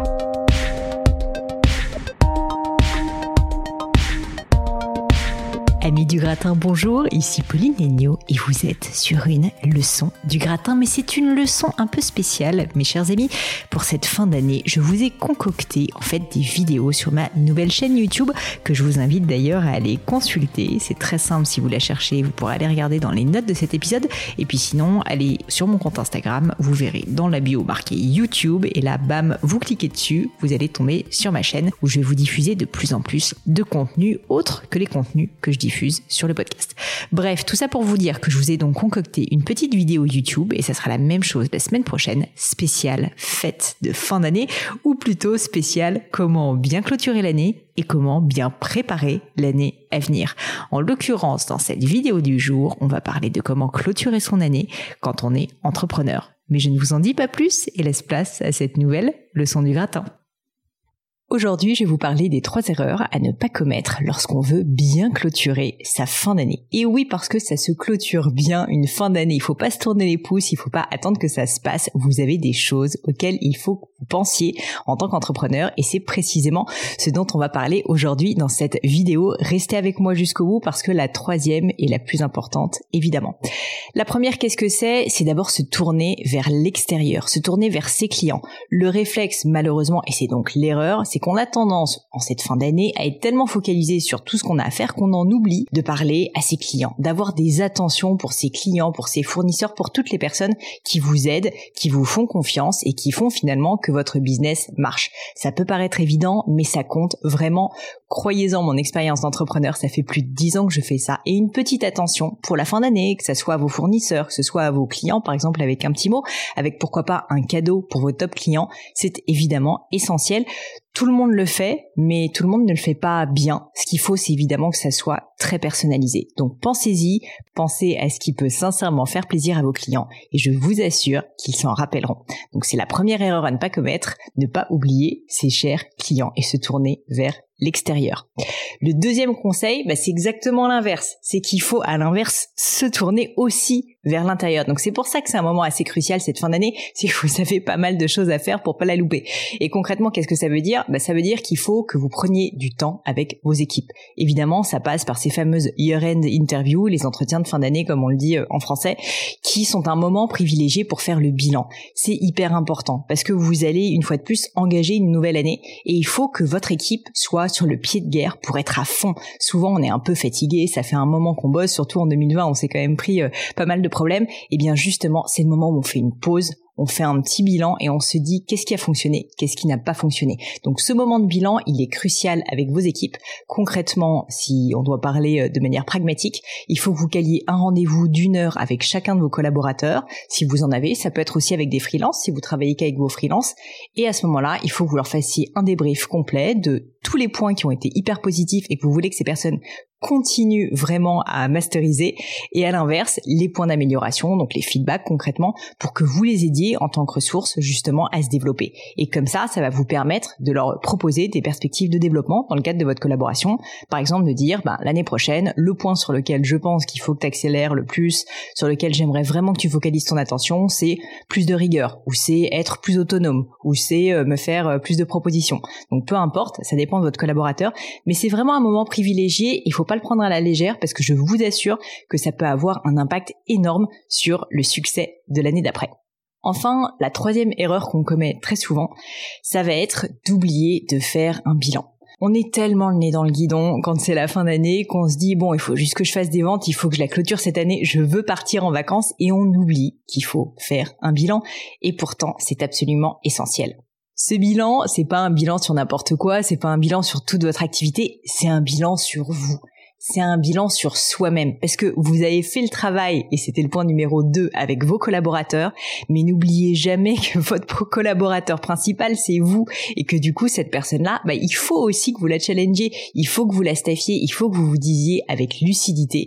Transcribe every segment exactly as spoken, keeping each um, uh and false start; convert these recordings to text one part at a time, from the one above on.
Amis du gratin, bonjour, ici Pauline Legnaud et vous êtes sur une leçon du gratin. Mais c'est une leçon un peu spéciale, mes chers amis. Pour cette fin d'année, je vous ai concocté en fait des vidéos sur ma nouvelle chaîne YouTube que je vous invite d'ailleurs à aller consulter. C'est très simple, si vous la cherchez, vous pourrez aller regarder dans les notes de cet épisode. Et puis sinon, allez sur mon compte Instagram, vous verrez dans la bio marqué YouTube et là, bam, vous cliquez dessus, vous allez tomber sur ma chaîne où je vais vous diffuser de plus en plus de contenus autres que les contenus que je diffuse sur le podcast. Bref, tout ça pour vous dire que je vous ai donc concocté une petite vidéo YouTube et ça sera la même chose la semaine prochaine, spéciale fête de fin d'année ou plutôt spéciale comment bien clôturer l'année et comment bien préparer l'année à venir. En l'occurrence, dans cette vidéo du jour, on va parler de comment clôturer son année quand on est entrepreneur. Mais je ne vous en dis pas plus et laisse place à cette nouvelle leçon du gratin. Aujourd'hui, je vais vous parler des trois erreurs à ne pas commettre lorsqu'on veut bien clôturer sa fin d'année. Et oui, parce que ça se clôture bien une fin d'année. Il faut pas se tourner les pouces, il faut pas attendre que ça se passe. Vous avez des choses auxquelles il faut que vous pensiez en tant qu'entrepreneur et c'est précisément ce dont on va parler aujourd'hui dans cette vidéo. Restez avec moi jusqu'au bout parce que la troisième est la plus importante, évidemment. La première, qu'est-ce que c'est ? C'est d'abord se tourner vers l'extérieur, se tourner vers ses clients. Le réflexe, malheureusement, et c'est donc l'erreur, c'est qu'on a tendance, en cette fin d'année, à être tellement focalisé sur tout ce qu'on a à faire qu'on en oublie de parler à ses clients, d'avoir des attentions pour ses clients, pour ses fournisseurs, pour toutes les personnes qui vous aident, qui vous font confiance et qui font finalement que votre business marche. Ça peut paraître évident, mais ça compte vraiment. Croyez-en, mon expérience d'entrepreneur, ça fait plus de dix ans que je fais ça. Et une petite attention pour la fin d'année, que ce soit à vos fournisseurs, que ce soit à vos clients, par exemple avec un petit mot, avec pourquoi pas un cadeau pour vos top clients, c'est évidemment essentiel. Tout le monde le fait, mais tout le monde ne le fait pas bien. Ce qu'il faut, c'est évidemment que ça soit très personnalisé. Donc pensez-y, pensez à ce qui peut sincèrement faire plaisir à vos clients et je vous assure qu'ils s'en rappelleront. Donc c'est la première erreur à ne pas commettre, ne pas oublier ses chers clients et se tourner vers l'extérieur. Le deuxième conseil, bah, c'est exactement l'inverse. C'est qu'il faut, à l'inverse, se tourner aussi vers l'intérieur. Donc c'est pour ça que c'est un moment assez crucial cette fin d'année, c'est que vous avez pas mal de choses à faire pour pas la louper. Et concrètement, qu'est-ce que ça veut dire ? Bah, ça veut dire qu'il faut que vous preniez du temps avec vos équipes. Évidemment, ça passe par ces fameuses year-end interviews, les entretiens de fin d'année comme on le dit en français, qui sont un moment privilégié pour faire le bilan. C'est hyper important parce que vous allez une fois de plus engager une nouvelle année et il faut que votre équipe soit sur le pied de guerre pour être à fond. Souvent, on est un peu fatigué, ça fait un moment qu'on bosse, surtout en deux mille vingt, on s'est quand même pris euh, pas mal de problèmes. Et bien justement, c'est le moment où on fait une pause, on fait un petit bilan et on se dit qu'est-ce qui a fonctionné, qu'est-ce qui n'a pas fonctionné. Donc ce moment de bilan, il est crucial avec vos équipes. Concrètement, si on doit parler de manière pragmatique, il faut que vous caliez un rendez-vous d'une heure avec chacun de vos collaborateurs. Si vous en avez, ça peut être aussi avec des freelances, si vous travaillez qu'avec vos freelances. Et à ce moment-là, il faut que vous leur fassiez un débrief complet de tous les points qui ont été hyper positifs et que vous voulez que ces personnes continue vraiment à masteriser et à l'inverse, les points d'amélioration, donc les feedbacks concrètement, pour que vous les aidiez en tant que ressources justement à se développer. Et comme ça, ça va vous permettre de leur proposer des perspectives de développement dans le cadre de votre collaboration. Par exemple, de dire, ben, l'année prochaine, le point sur lequel je pense qu'il faut que tu accélères le plus, sur lequel j'aimerais vraiment que tu focalises ton attention, c'est plus de rigueur, ou c'est être plus autonome, ou c'est euh, me faire euh, plus de propositions. Donc peu importe, ça dépend de votre collaborateur, mais c'est vraiment un moment privilégié, il faut pas le prendre à la légère parce que je vous assure que ça peut avoir un impact énorme sur le succès de l'année d'après. Enfin, la troisième erreur qu'on commet très souvent, ça va être d'oublier de faire un bilan. On est tellement le nez dans le guidon quand c'est la fin d'année qu'on se dit bon, il faut juste que je fasse des ventes, il faut que je la clôture cette année, je veux partir en vacances et on oublie qu'il faut faire un bilan et pourtant c'est absolument essentiel. Ce bilan, c'est pas un bilan sur n'importe quoi, c'est pas un bilan sur toute votre activité, c'est un bilan sur vous. C'est un bilan sur soi-même parce que vous avez fait le travail et c'était le point numéro deux avec vos collaborateurs, mais n'oubliez jamais que votre collaborateur principal c'est vous et que du coup cette personne-là, bah, il faut aussi que vous la challengez, il faut que vous la staffiez, il faut que vous vous disiez avec lucidité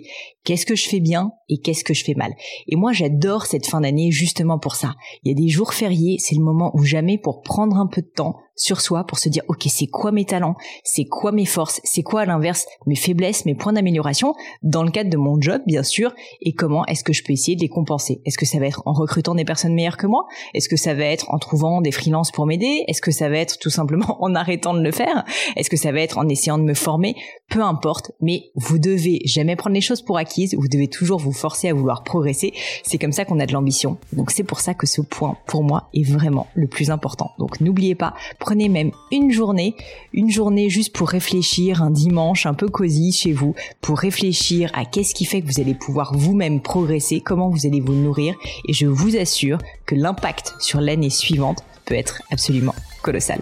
Qu'est-ce que je fais bien et qu'est-ce que je fais mal? Et moi, j'adore cette fin d'année justement pour ça. Il y a des jours fériés, c'est le moment ou jamais pour prendre un peu de temps sur soi, pour se dire, ok, c'est quoi mes talents? C'est quoi mes forces? C'est quoi à l'inverse mes faiblesses, mes points d'amélioration dans le cadre de mon job, bien sûr, et comment est-ce que je peux essayer de les compenser? Est-ce que ça va être en recrutant des personnes meilleures que moi? Est-ce que ça va être en trouvant des freelances pour m'aider? Est-ce que ça va être tout simplement en arrêtant de le faire? Est-ce que ça va être en essayant de me former? Peu importe, mais vous devez jamais prendre les choses pour acquises, vous devez toujours vous forcer à vouloir progresser. C'est comme ça qu'on a de l'ambition. Donc c'est pour ça que ce point, pour moi, est vraiment le plus important. Donc n'oubliez pas, prenez même une journée, une journée juste pour réfléchir, un dimanche un peu cosy chez vous, pour réfléchir à qu'est-ce qui fait que vous allez pouvoir vous-même progresser, comment vous allez vous nourrir, et je vous assure que l'impact sur l'année suivante peut être absolument colossal.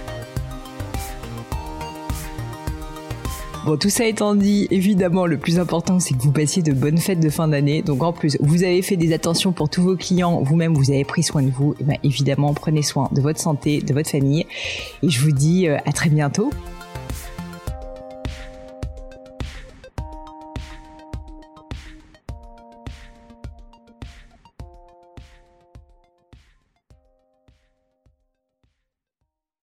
Bon, tout ça étant dit, évidemment, le plus important, c'est que vous passiez de bonnes fêtes de fin d'année. Donc, en plus, vous avez fait des attentions pour tous vos clients, vous-même, vous avez pris soin de vous. Et bien, évidemment, prenez soin de votre santé, de votre famille. Et je vous dis à très bientôt.